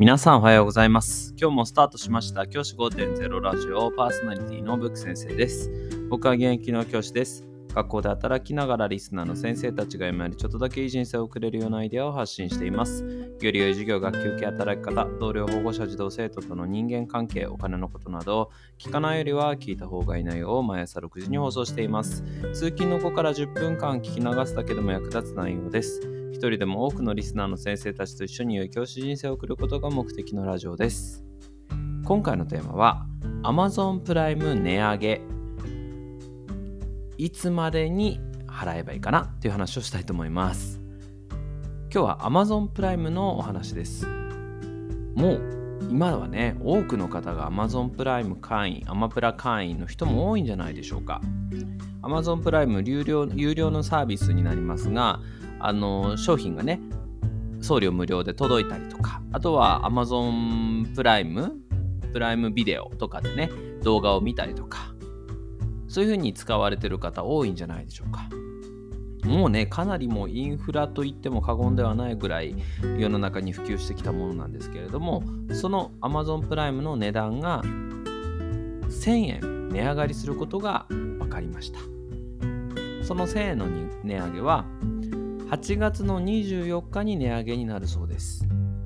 皆さんおはようございます。今日もスタートしました教師 5.0 ラジオパーソナリティのブック先生です。僕は現役の教師です。学校で働きながらリスナーの先生たちが今よりちょっとだけいい人生を送れるようなアイデアを発信しています。より良い授業、学級系、働き方、同僚、保護者、児童生徒との人間関係、お金のことなど聞かないよりは聞いた方がいい内容を毎朝6時に放送しています。通勤の後から10分間聞き流すだけでも役立つ内容です。一人でも多くのリスナーの先生たちと一緒に良い教師人生を送ることが目的のラジオです。今回のテーマは Amazon プライム値上げいつまでに払えばいいかなっていう話をしたいと思います。今日は Amazon プライムのお話です。もう今はね、多くの方が Amazon プライム会員、アマプラ会員の人も多いんじゃないでしょうか。Amazon プライム有料のサービスになりますが、商品がね送料無料で届いたりとか、あとは Amazon プライムビデオとかでね動画を見たりとか、そういう風に使われてる方多いんじゃないでしょうか。もうね、かなりもうインフラと言っても過言ではないぐらい世の中に普及してきたものなんですけれども、その Amazon プライムの値段が1000円値上がりすることが分かりました。その1000円の値上げは8月の24日に値上げになるそうです。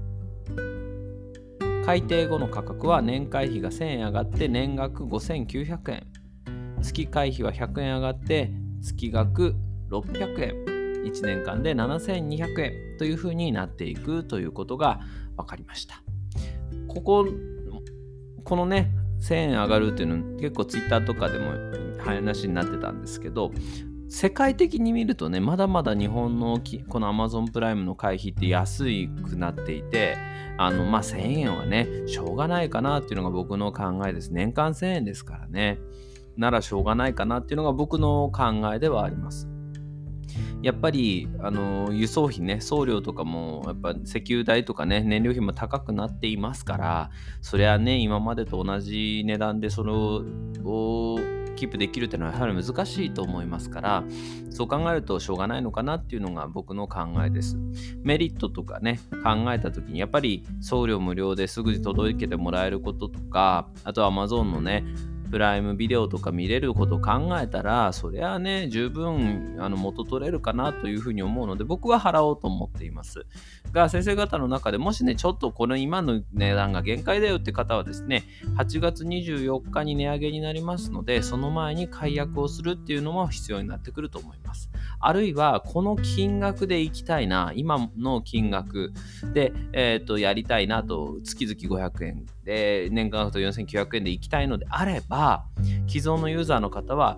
改定後の価格は年会費が1000円上がって年額5900円、月会費は100円上がって月額600円、1年間で7200円というふうになっていくということが分かりました。このね1000円上がるっていうの結構ツイッターとかでも話になってたんですけど、世界的に見るとね、まだまだ日本のこの Amazon プライムの会費って安くなっていて、1000円はねしょうがないかなっていうのが僕の考えです。年間1000円ですからね、ならしょうがないかなっていうのが僕の考えではあります。やっぱり輸送費ね、送料とかもやっぱ石油代とかね燃料費も高くなっていますから、それはね今までと同じ値段でそれをキープできるっていうのはやはり難しいと思いますから、そう考えるとしょうがないのかなっていうのが僕の考えです。メリットとかね考えた時にやっぱり送料無料ですぐに届けてもらえることとか、あとは Amazon のねプライムビデオとか見れることを考えたら、それはね十分元取れるかなというふうに思うので、僕は払おうと思っていますが、先生方の中でもしねちょっとこの今の値段が限界だよって方はですね、8月24日に値上げになりますので、その前に解約をするっていうのも必要になってくると思います。あるいはこの金額で行きたいな、今の金額で、やりたいなと、月々500円で年間だと4900円で行きたいのであれば、既存のユーザーの方は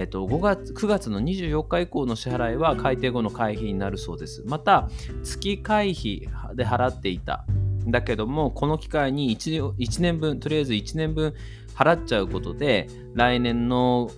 9月の24日以降の支払いは改定後の会費になるそうです。また月会費で払っていただけども、この機会に 1年分、とりあえず1年分払っちゃうことで、来年の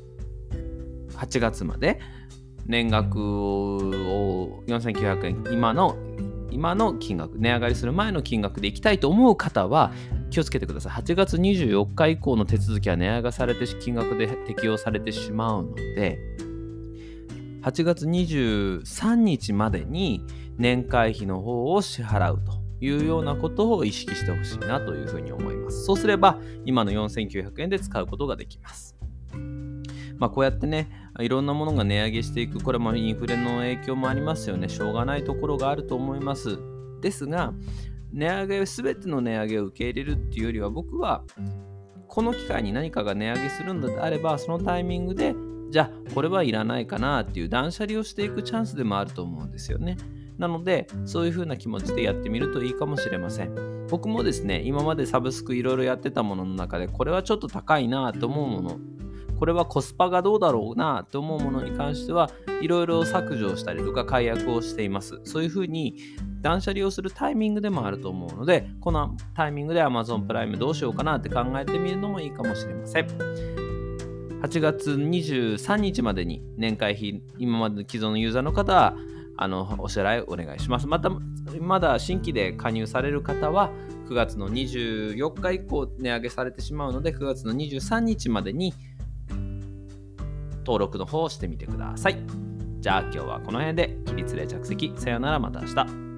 8月まで年額を4900円、今の金額、値上がりする前の金額で行きたいと思う方は気をつけてください。8月24日以降の手続きは値上げされて金額で適用されてしまうので、8月23日までに年会費の方を支払うというようなことを意識してほしいなというふうに思います。そうすれば今の4900円で使うことができます。こうやってねいろんなものが値上げしていく、これもインフレの影響もありますよね。しょうがないところがあると思います。ですが、全ての値上げを受け入れるっていうよりは、僕はこの機会に何かが値上げするんだであれば、そのタイミングでじゃあこれはいらないかなっていう断捨離をしていくチャンスでもあると思うんですよね。なのでそういう風な気持ちでやってみるといいかもしれません。僕もですね、今までサブスクいろいろやってたものの中で、これはちょっと高いなと思うもの、これはコスパがどうだろうなと思うものに関してはいろいろ削除したりとか解約をしています。そういうふうに断捨離をするタイミングでもあると思うので、このタイミングで Amazon プライムどうしようかなって考えてみるのもいいかもしれません。8月23日までに年会費、今までの既存のユーザーの方はお支払いお願いします。まだ新規で加入される方は9月の24日以降値上げされてしまうので、9月の23日までに登録の方をしてみてください。じゃあ今日はこの辺で起立例着席。さよなら、また明日。